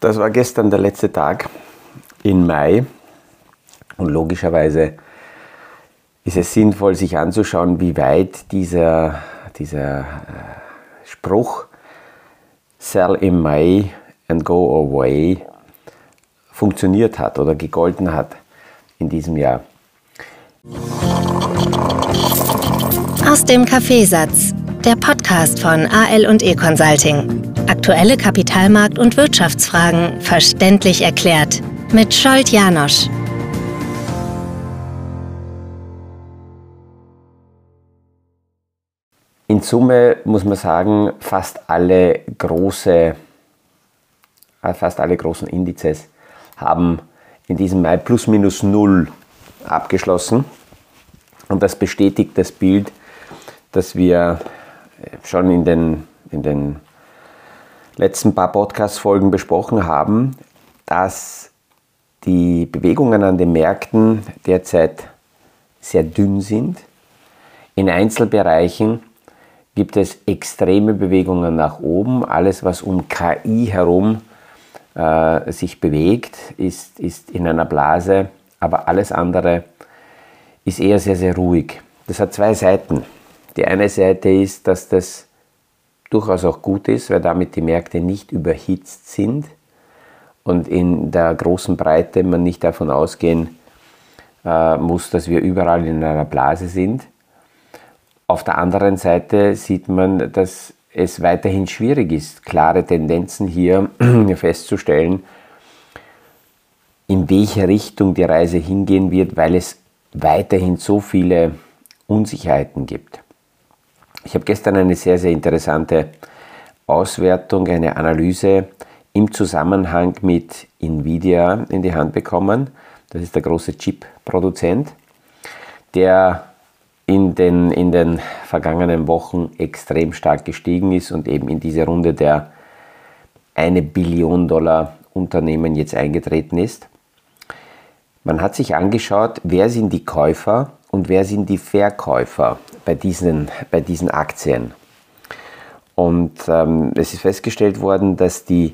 Das war gestern der letzte Tag im Mai und logischerweise ist es sinnvoll, sich anzuschauen, wie weit dieser Spruch Sell in May and go away funktioniert hat oder gegolten hat in diesem Jahr. Aus dem Kaffeesatz, der Podcast von AL&E Consulting. Aktuelle Kapitalmarkt- und Wirtschaftsfragen verständlich erklärt mit Scholt Janosch. In Summe muss man sagen, fast alle großen Indizes haben in diesem Mai plus minus null abgeschlossen. Und das bestätigt das Bild, das wir schon in den letzten paar Podcast-Folgen besprochen haben, dass die Bewegungen an den Märkten derzeit sehr dünn sind. In Einzelbereichen gibt es extreme Bewegungen nach oben. Alles, was um KI herum sich bewegt, ist in einer Blase, aber alles andere ist eher sehr, sehr ruhig. Das hat zwei Seiten. Die eine Seite ist, dass das durchaus auch gut ist, weil damit die Märkte nicht überhitzt sind und in der großen Breite man nicht davon ausgehen muss, dass wir überall in einer Blase sind. Auf der anderen Seite sieht man, dass es weiterhin schwierig ist, klare Tendenzen hier festzustellen, in welche Richtung die Reise hingehen wird, weil es weiterhin so viele Unsicherheiten gibt. Ich habe gestern eine sehr, sehr interessante Auswertung, eine Analyse im Zusammenhang mit Nvidia in die Hand bekommen. Das ist der große Chip-Produzent, der in den vergangenen Wochen extrem stark gestiegen ist und eben in diese Runde der $1 Billion Unternehmen jetzt eingetreten ist. Man hat sich angeschaut, wer sind die Käufer und wer sind die Verkäufer bei diesen Aktien. Und es ist festgestellt worden, dass die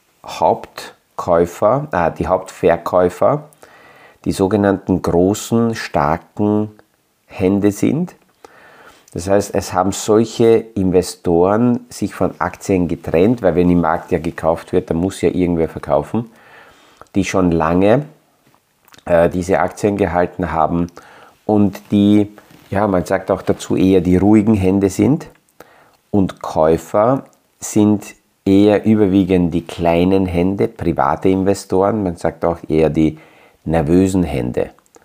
Hauptverkäufer, die sogenannten großen, starken Hände sind. Das heißt, es haben solche Investoren sich von Aktien getrennt, weil wenn im Markt ja gekauft wird, dann muss ja irgendwer verkaufen, die schon lange diese Aktien gehalten haben und die, ja, man sagt auch dazu, eher die ruhigen Hände sind, und Käufer sind eher überwiegend die kleinen Hände, private Investoren, man sagt auch eher die nervösen Hände.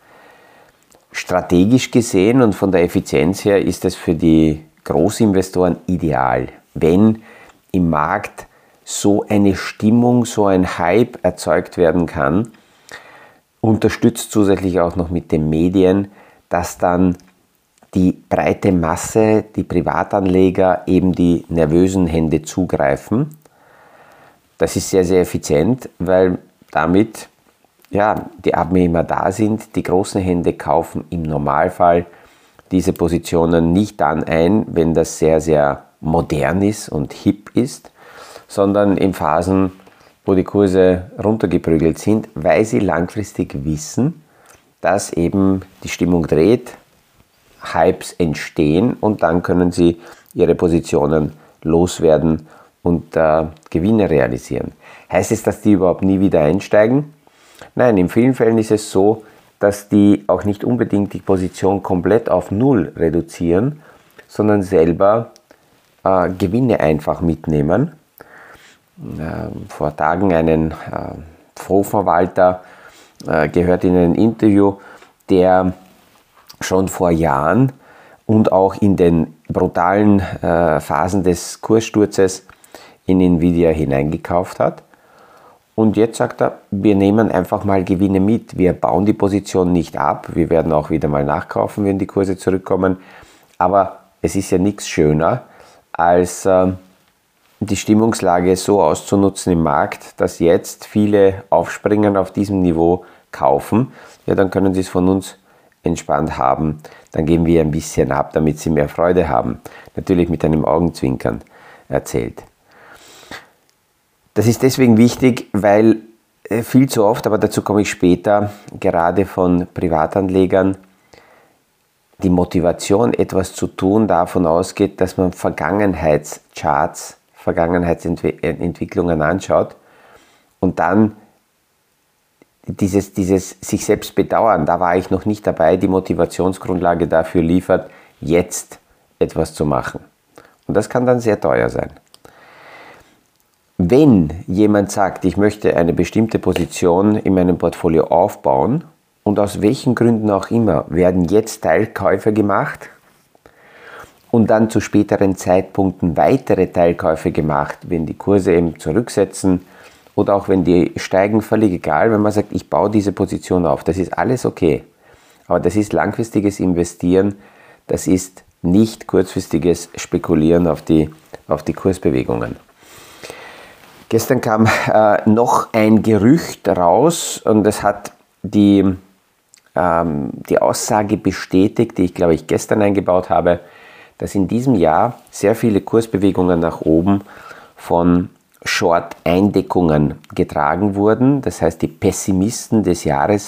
Strategisch gesehen und von der Effizienz her ist es für die Großinvestoren ideal, wenn im Markt so eine Stimmung, so ein Hype erzeugt werden kann, unterstützt zusätzlich auch noch mit den Medien, dass dann die breite Masse, die Privatanleger eben die nervösen Hände zugreifen. Das ist sehr, sehr effizient, weil damit die Abnehmer da sind. Die großen Hände kaufen im Normalfall diese Positionen nicht dann ein, wenn das sehr, sehr modern ist und hip ist, sondern in Phasen, wo die Kurse runtergeprügelt sind, weil sie langfristig wissen, dass eben die Stimmung dreht, Hypes entstehen und dann können sie ihre Positionen loswerden und Gewinne realisieren. Heißt es, dass die überhaupt nie wieder einsteigen? Nein, in vielen Fällen ist es so, dass die auch nicht unbedingt die Position komplett auf Null reduzieren, sondern selber Gewinne einfach mitnehmen. Vor Tagen einen Fondsverwalter gehört in einem Interview, der schon vor Jahren und auch in den brutalen Phasen des Kurssturzes in Nvidia hineingekauft hat. Und jetzt sagt er, wir nehmen einfach mal Gewinne mit. Wir bauen die Position nicht ab. Wir werden auch wieder mal nachkaufen, wenn die Kurse zurückkommen. Aber es ist ja nichts schöner, als die Stimmungslage so auszunutzen im Markt, dass jetzt viele aufspringen, auf diesem Niveau kaufen. Ja, dann können sie es von uns entspannt haben. Dann geben wir ein bisschen ab, damit sie mehr Freude haben. Natürlich mit einem Augenzwinkern erzählt. Das ist deswegen wichtig, weil viel zu oft, aber dazu komme ich später, gerade von Privatanlegern, die Motivation, etwas zu tun, davon ausgeht, dass man Vergangenheitscharts, Vergangenheitsentwicklungen anschaut und dann dieses sich selbst bedauern, da war ich noch nicht dabei, die Motivationsgrundlage dafür liefert, jetzt etwas zu machen. Und das kann dann sehr teuer sein. Wenn jemand sagt, ich möchte eine bestimmte Position in meinem Portfolio aufbauen und aus welchen Gründen auch immer werden jetzt Teilkäufe gemacht und dann zu späteren Zeitpunkten weitere Teilkäufe gemacht, wenn die Kurse eben zurücksetzen oder auch wenn die steigen, völlig egal, wenn man sagt, ich baue diese Position auf, das ist alles okay. Aber das ist langfristiges Investieren, das ist nicht kurzfristiges Spekulieren auf die Kursbewegungen. Gestern kam noch ein Gerücht raus und es hat die Aussage bestätigt, die ich glaube ich gestern eingebaut habe, dass in diesem Jahr sehr viele Kursbewegungen nach oben von Short-Eindeckungen getragen wurden. Das heißt, die Pessimisten des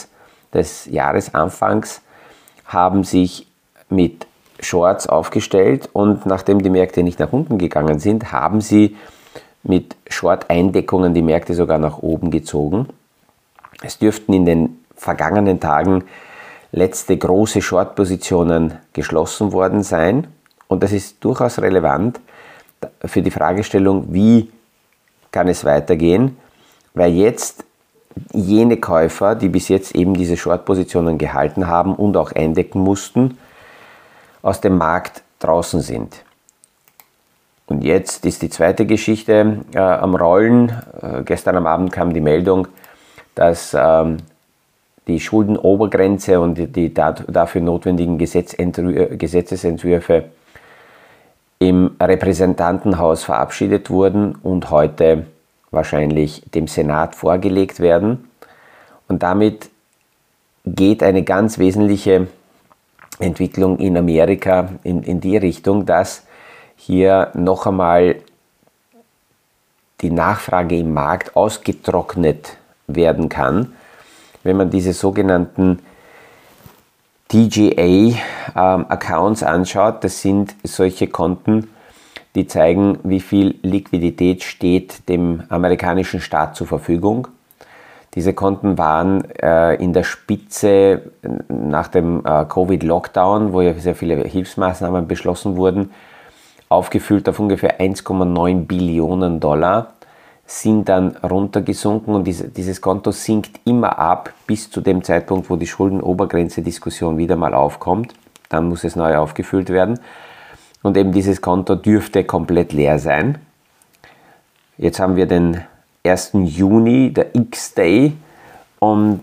Jahresanfangs haben sich mit Shorts aufgestellt und nachdem die Märkte nicht nach unten gegangen sind, haben sie mit Short-Eindeckungen die Märkte sogar nach oben gezogen. Es dürften in den vergangenen Tagen letzte große Short-Positionen geschlossen worden sein. Und das ist durchaus relevant für die Fragestellung, wie kann es weitergehen, weil jetzt jene Käufer, die bis jetzt eben diese Short-Positionen gehalten haben und auch eindecken mussten, aus dem Markt draußen sind. Und jetzt ist die zweite Geschichte am Rollen. Gestern am Abend kam die Meldung, dass die Schuldenobergrenze und die dafür notwendigen Gesetzesentwürfe im Repräsentantenhaus verabschiedet wurden und heute wahrscheinlich dem Senat vorgelegt werden. Und damit geht eine ganz wesentliche Entwicklung in Amerika in die Richtung, dass hier noch einmal die Nachfrage im Markt ausgetrocknet werden kann, wenn man diese sogenannten TGA-Accounts anschaut. Das sind solche Konten, die zeigen, wie viel Liquidität steht dem amerikanischen Staat zur Verfügung. Diese Konten waren in der Spitze nach dem Covid-Lockdown, wo ja sehr viele Hilfsmaßnahmen beschlossen wurden, aufgefüllt auf ungefähr 1,9 Billionen Dollar, sind dann runtergesunken und dieses Konto sinkt immer ab bis zu dem Zeitpunkt, wo die Schuldenobergrenze-Diskussion wieder mal aufkommt. Dann muss es neu aufgefüllt werden und eben dieses Konto dürfte komplett leer sein. Jetzt haben wir den 1. Juni, der X-Day, und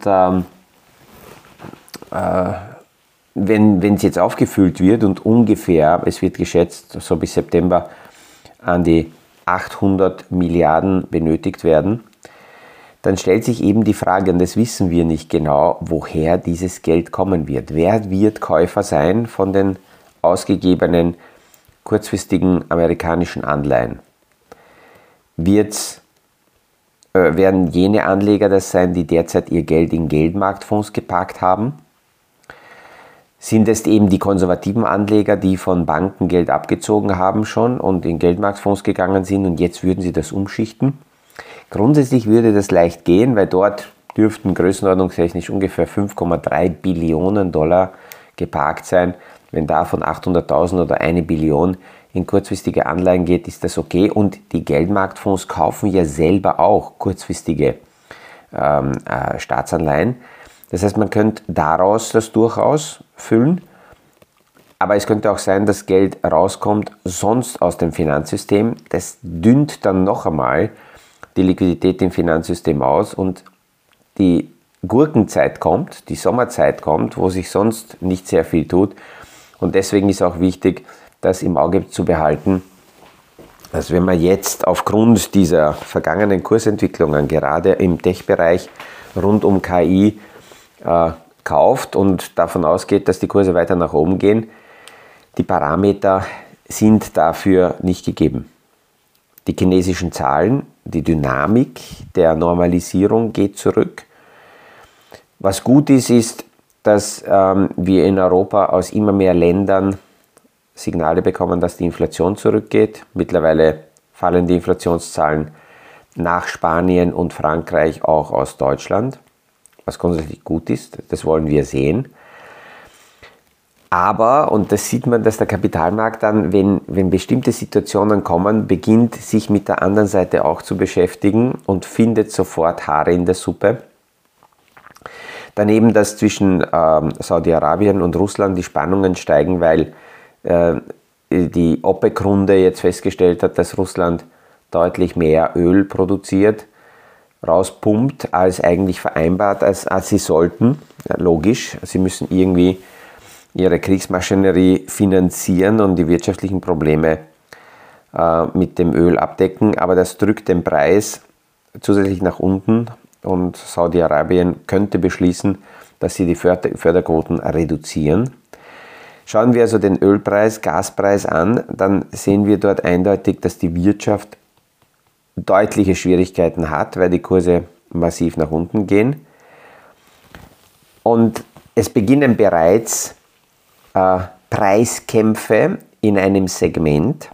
wenn es jetzt aufgefüllt wird und ungefähr, es wird geschätzt, so bis September an die 800 Milliarden benötigt werden, dann stellt sich eben die Frage, und das wissen wir nicht genau, woher dieses Geld kommen wird. Wer wird Käufer sein von den ausgegebenen kurzfristigen amerikanischen Anleihen? Werden jene Anleger das sein, die derzeit ihr Geld in Geldmarktfonds geparkt haben? Sind es eben die konservativen Anleger, die von Banken Geld abgezogen haben schon und in Geldmarktfonds gegangen sind und jetzt würden sie das umschichten? Grundsätzlich würde das leicht gehen, weil dort dürften größenordnungstechnisch ungefähr 5,3 Billionen Dollar geparkt sein. Wenn davon 800.000 oder 1 Billion in kurzfristige Anleihen geht, ist das okay. Und die Geldmarktfonds kaufen ja selber auch kurzfristige Staatsanleihen. Das heißt, man könnte daraus das durchaus füllen, aber es könnte auch sein, dass Geld rauskommt sonst aus dem Finanzsystem. Das dünnt dann noch einmal die Liquidität im Finanzsystem aus und die Gurkenzeit kommt, die Sommerzeit kommt, wo sich sonst nicht sehr viel tut. Und deswegen ist auch wichtig, das im Auge zu behalten, dass wenn man jetzt aufgrund dieser vergangenen Kursentwicklungen, gerade im Tech-Bereich rund um KI, kauft und davon ausgeht, dass die Kurse weiter nach oben gehen, die Parameter sind dafür nicht gegeben. Die chinesischen Zahlen, die Dynamik der Normalisierung geht zurück. Was gut ist, ist, dass wir in Europa aus immer mehr Ländern Signale bekommen, dass die Inflation zurückgeht. Mittlerweile fallen die Inflationszahlen nach Spanien und Frankreich auch aus Deutschland, was grundsätzlich gut ist, das wollen wir sehen. Aber, und das sieht man, dass der Kapitalmarkt dann, wenn bestimmte Situationen kommen, beginnt sich mit der anderen Seite auch zu beschäftigen und findet sofort Haare in der Suppe. Daneben, dass zwischen Saudi-Arabien und Russland die Spannungen steigen, weil die OPEC-Runde jetzt festgestellt hat, dass Russland deutlich mehr Öl produziert, rauspumpt, als eigentlich vereinbart, als sie sollten. Ja, logisch, sie müssen irgendwie ihre Kriegsmaschinerie finanzieren und die wirtschaftlichen Probleme mit dem Öl abdecken, aber das drückt den Preis zusätzlich nach unten und Saudi-Arabien könnte beschließen, dass sie die Förderquoten reduzieren. Schauen wir also den Ölpreis, Gaspreis an, dann sehen wir dort eindeutig, dass die Wirtschaft deutliche Schwierigkeiten hat, weil die Kurse massiv nach unten gehen. Und es beginnen bereits Preiskämpfe in einem Segment,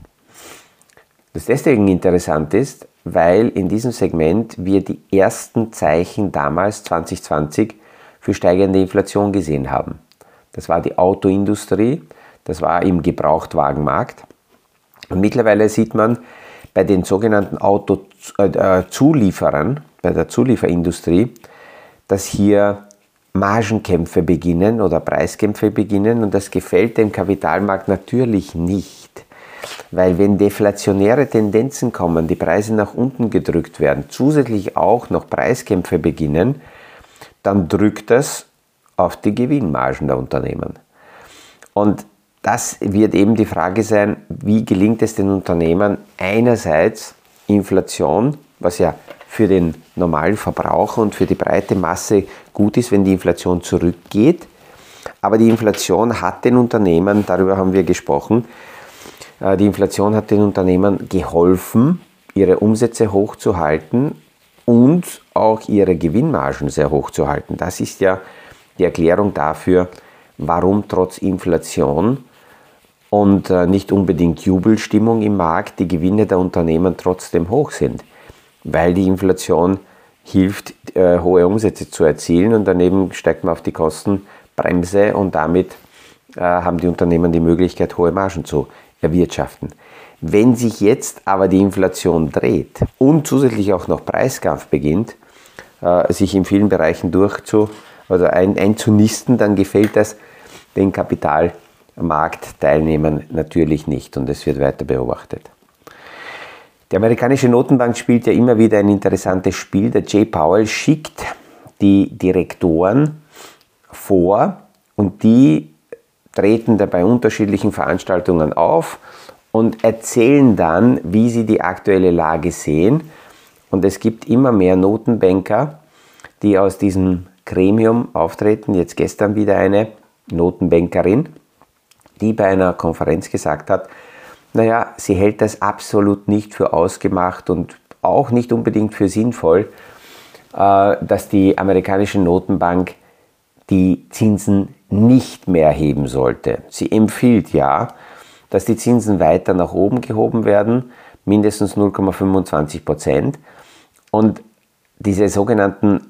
das deswegen interessant ist, weil in diesem Segment wir die ersten Zeichen damals 2020 für steigende Inflation gesehen haben. Das war die Autoindustrie, das war im Gebrauchtwagenmarkt. Und mittlerweile sieht man bei den sogenannten Autozulieferern, bei der Zulieferindustrie, dass hier Margenkämpfe beginnen oder Preiskämpfe beginnen und das gefällt dem Kapitalmarkt natürlich nicht, weil wenn deflationäre Tendenzen kommen, die Preise nach unten gedrückt werden, zusätzlich auch noch Preiskämpfe beginnen, dann drückt das auf die Gewinnmargen der Unternehmen. Und das wird eben die Frage sein, wie gelingt es den Unternehmen einerseits Inflation, was ja für den normalen Verbraucher und für die breite Masse gut ist, wenn die Inflation zurückgeht. Aber die Inflation hat den Unternehmen, darüber haben wir gesprochen, die Inflation hat den Unternehmen geholfen, ihre Umsätze hochzuhalten und auch ihre Gewinnmargen sehr hoch zu halten. Das ist ja die Erklärung dafür, warum trotz Inflation und nicht unbedingt Jubelstimmung im Markt die Gewinne der Unternehmen trotzdem hoch sind. Weil die Inflation hilft, hohe Umsätze zu erzielen und daneben steigt man auf die Kostenbremse und damit haben die Unternehmen die Möglichkeit, hohe Margen zu erwirtschaften. Wenn sich jetzt aber die Inflation dreht und zusätzlich auch noch Preiskampf beginnt, sich in vielen Bereichen einzunisten, dann gefällt das den Kapitalmarktteilnehmern natürlich nicht und es wird weiter beobachtet. Die amerikanische Notenbank spielt ja immer wieder ein interessantes Spiel. Der Jay Powell schickt die Direktoren vor und die treten da bei unterschiedlichen Veranstaltungen auf und erzählen dann, wie sie die aktuelle Lage sehen. Und es gibt immer mehr Notenbanker, die aus diesem Gremium auftreten. Jetzt gestern wieder eine Notenbankerin, die bei einer Konferenz gesagt hat, naja, sie hält das absolut nicht für ausgemacht und auch nicht unbedingt für sinnvoll, dass die amerikanische Notenbank die Zinsen nicht mehr heben sollte. Sie empfiehlt ja, dass die Zinsen weiter nach oben gehoben werden, mindestens 0,25%. Und diese sogenannten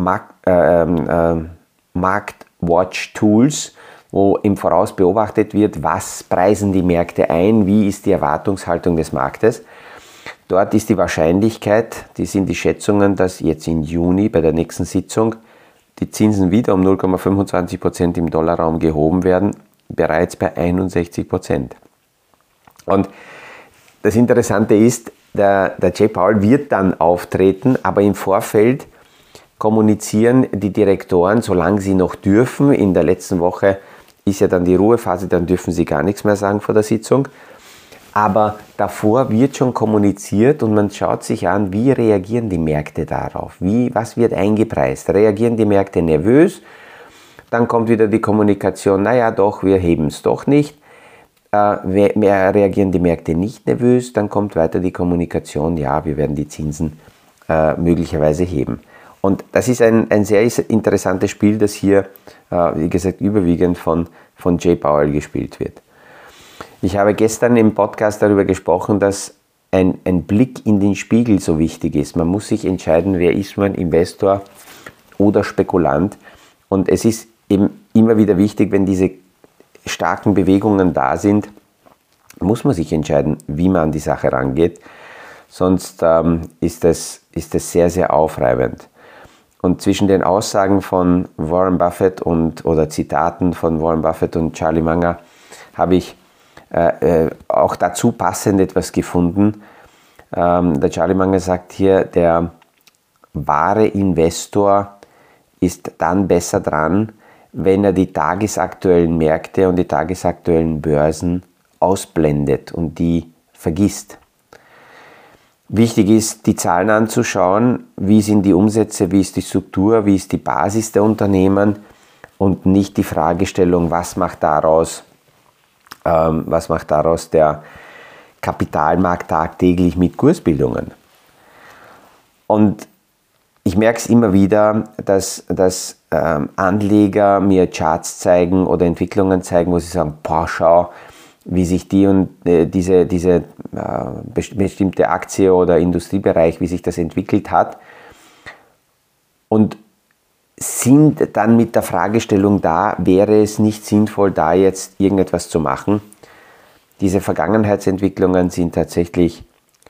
Marktwatch-Tools, wo im Voraus beobachtet wird, was preisen die Märkte ein, wie ist die Erwartungshaltung des Marktes. Dort ist die Wahrscheinlichkeit, die sind die Schätzungen, dass jetzt im Juni bei der nächsten Sitzung die Zinsen wieder um 0,25% im Dollarraum gehoben werden, bereits bei 61%. Und das Interessante ist, der Jay Powell wird dann auftreten, aber im Vorfeld kommunizieren die Direktoren, solange sie noch dürfen. In der letzten Woche ist ja dann die Ruhephase, dann dürfen sie gar nichts mehr sagen vor der Sitzung. Aber davor wird schon kommuniziert und man schaut sich an, wie reagieren die Märkte darauf, was wird eingepreist. Reagieren die Märkte nervös, dann kommt wieder die Kommunikation, naja doch, wir heben es doch nicht. reagieren die Märkte nicht nervös, dann kommt weiter die Kommunikation, ja, wir werden die Zinsen möglicherweise heben. Und das ist ein sehr interessantes Spiel, das hier, wie gesagt, überwiegend von Jay Powell gespielt wird. Ich habe gestern im Podcast darüber gesprochen, dass ein Blick in den Spiegel so wichtig ist. Man muss sich entscheiden, wer ist man, Investor oder Spekulant. Und es ist eben immer wieder wichtig, wenn diese starken Bewegungen da sind, muss man sich entscheiden, wie man an die Sache rangeht. Sonst ist das sehr, sehr aufreibend. Und zwischen den Aussagen von Warren Buffett oder Zitaten von Warren Buffett und Charlie Munger habe ich auch dazu passend etwas gefunden. Der Charlie Munger sagt hier, der wahre Investor ist dann besser dran, wenn er die tagesaktuellen Märkte und die tagesaktuellen Börsen ausblendet und die vergisst. Wichtig ist, die Zahlen anzuschauen, wie sind die Umsätze, wie ist die Struktur, wie ist die Basis der Unternehmen und nicht die Fragestellung, was macht daraus der Kapitalmarkt tagtäglich mit Kursbildungen. Und ich merke es immer wieder, dass Anleger mir Charts zeigen oder Entwicklungen zeigen, wo sie sagen, boah, schau, wie sich die und diese bestimmte Aktie oder Industriebereich, wie sich das entwickelt hat. Und sind dann mit der Fragestellung da, wäre es nicht sinnvoll, da jetzt irgendetwas zu machen? Diese Vergangenheitsentwicklungen sind tatsächlich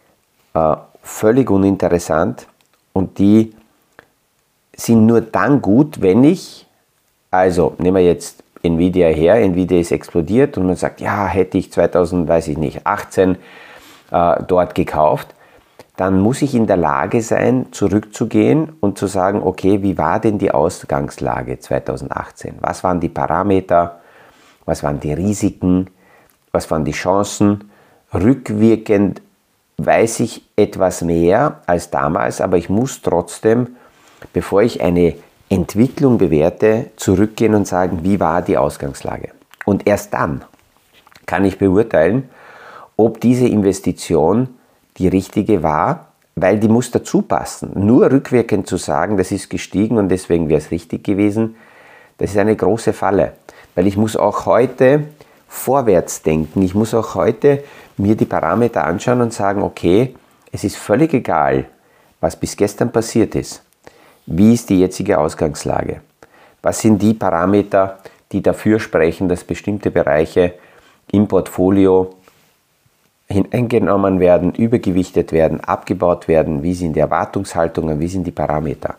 völlig uninteressant und die sind nur dann gut, wenn ich, also nehmen wir jetzt Nvidia her, Nvidia ist explodiert und man sagt, ja, hätte ich 2018 dort gekauft, dann muss ich in der Lage sein, zurückzugehen und zu sagen, okay, wie war denn die Ausgangslage 2018? Was waren die Parameter? Was waren die Risiken? Was waren die Chancen? Rückwirkend weiß ich etwas mehr als damals, aber ich muss trotzdem, bevor ich eine Entwicklung bewerte, zurückgehen und sagen, wie war die Ausgangslage? Und erst dann kann ich beurteilen, ob diese Investition die richtige war, weil die muss dazu passen. Nur rückwirkend zu sagen, das ist gestiegen und deswegen wäre es richtig gewesen, das ist eine große Falle. Weil ich muss auch heute vorwärts denken. Ich muss auch heute mir die Parameter anschauen und sagen, okay, es ist völlig egal, was bis gestern passiert ist. Wie ist die jetzige Ausgangslage? Was sind die Parameter, die dafür sprechen, dass bestimmte Bereiche im Portfolio hineingenommen werden, übergewichtet werden, abgebaut werden? Wie sind die Erwartungshaltungen? Wie sind die Parameter?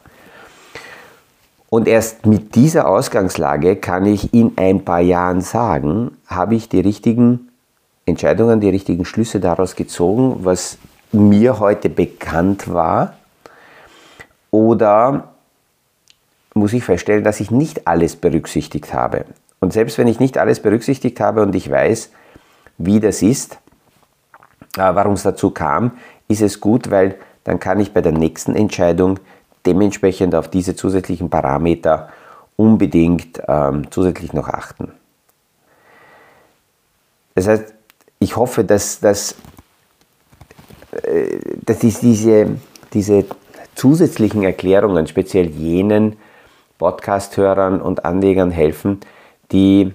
Und erst mit dieser Ausgangslage kann ich in ein paar Jahren sagen, habe ich die richtigen Entscheidungen, die richtigen Schlüsse daraus gezogen, was mir heute bekannt war? Oder muss ich feststellen, dass ich nicht alles berücksichtigt habe? Und selbst wenn ich nicht alles berücksichtigt habe und ich weiß, wie das ist, warum es dazu kam, ist es gut, weil dann kann ich bei der nächsten Entscheidung dementsprechend auf diese zusätzlichen Parameter unbedingt zusätzlich noch achten. Das heißt, ich hoffe, dass diese zusätzlichen Erklärungen speziell jenen Podcast-Hörern und Anlegern helfen, die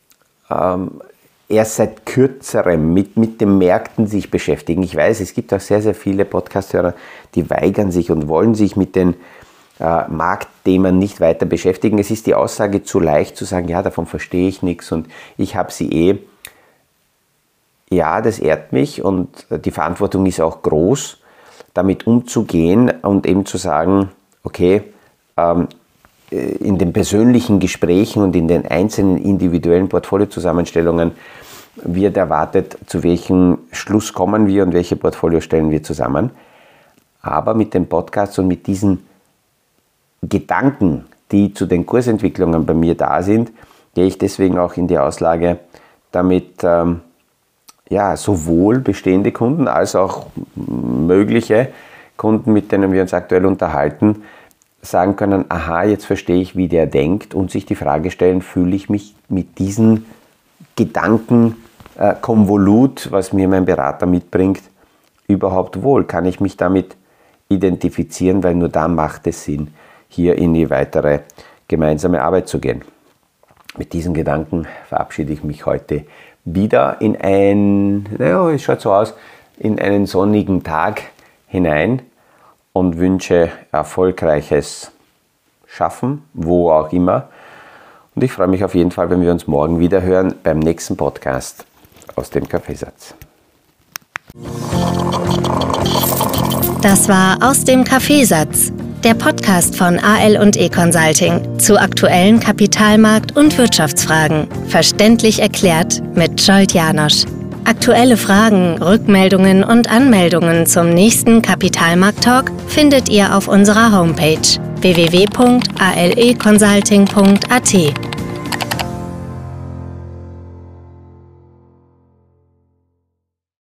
erst seit kürzerem mit den Märkten sich beschäftigen. Ich weiß, es gibt auch sehr, sehr viele Podcast-Hörer, die weigern sich und wollen sich mit den Marktthemen nicht weiter beschäftigen. Es ist die Aussage zu leicht zu sagen, ja, davon verstehe ich nichts und ich habe sie eh. Ja, das ehrt mich und die Verantwortung ist auch groß, damit umzugehen und eben zu sagen, okay, in den persönlichen Gesprächen und in den einzelnen individuellen Portfoliozusammenstellungen wird erwartet, zu welchem Schluss kommen wir und welche Portfolio stellen wir zusammen. Aber mit dem Podcast und mit diesen Gedanken, die zu den Kursentwicklungen bei mir da sind, gehe ich deswegen auch in die Auslage, damit sowohl bestehende Kunden als auch mögliche Kunden, mit denen wir uns aktuell unterhalten, sagen können, aha, jetzt verstehe ich, wie der denkt und sich die Frage stellen, fühle ich mich mit diesen Gedanken Konvolut, was mir mein Berater mitbringt, überhaupt wohl? Kann ich mich damit identifizieren, weil nur da macht es Sinn, hier in die weitere gemeinsame Arbeit zu gehen. Mit diesen Gedanken verabschiede ich mich heute wieder in es schaut so aus, in einen sonnigen Tag hinein und wünsche erfolgreiches Schaffen, wo auch immer. Und ich freue mich auf jeden Fall, wenn wir uns morgen wieder hören beim nächsten Podcast aus dem Kaffeesatz. Das war Aus dem Kaffeesatz, der Podcast von AL&E Consulting zu aktuellen Kapitalmarkt- und Wirtschaftsfragen. Verständlich erklärt mit Zsolt János. Aktuelle Fragen, Rückmeldungen und Anmeldungen zum nächsten Kapitalmarkt-Talk findet ihr auf unserer Homepage www.aleconsulting.at.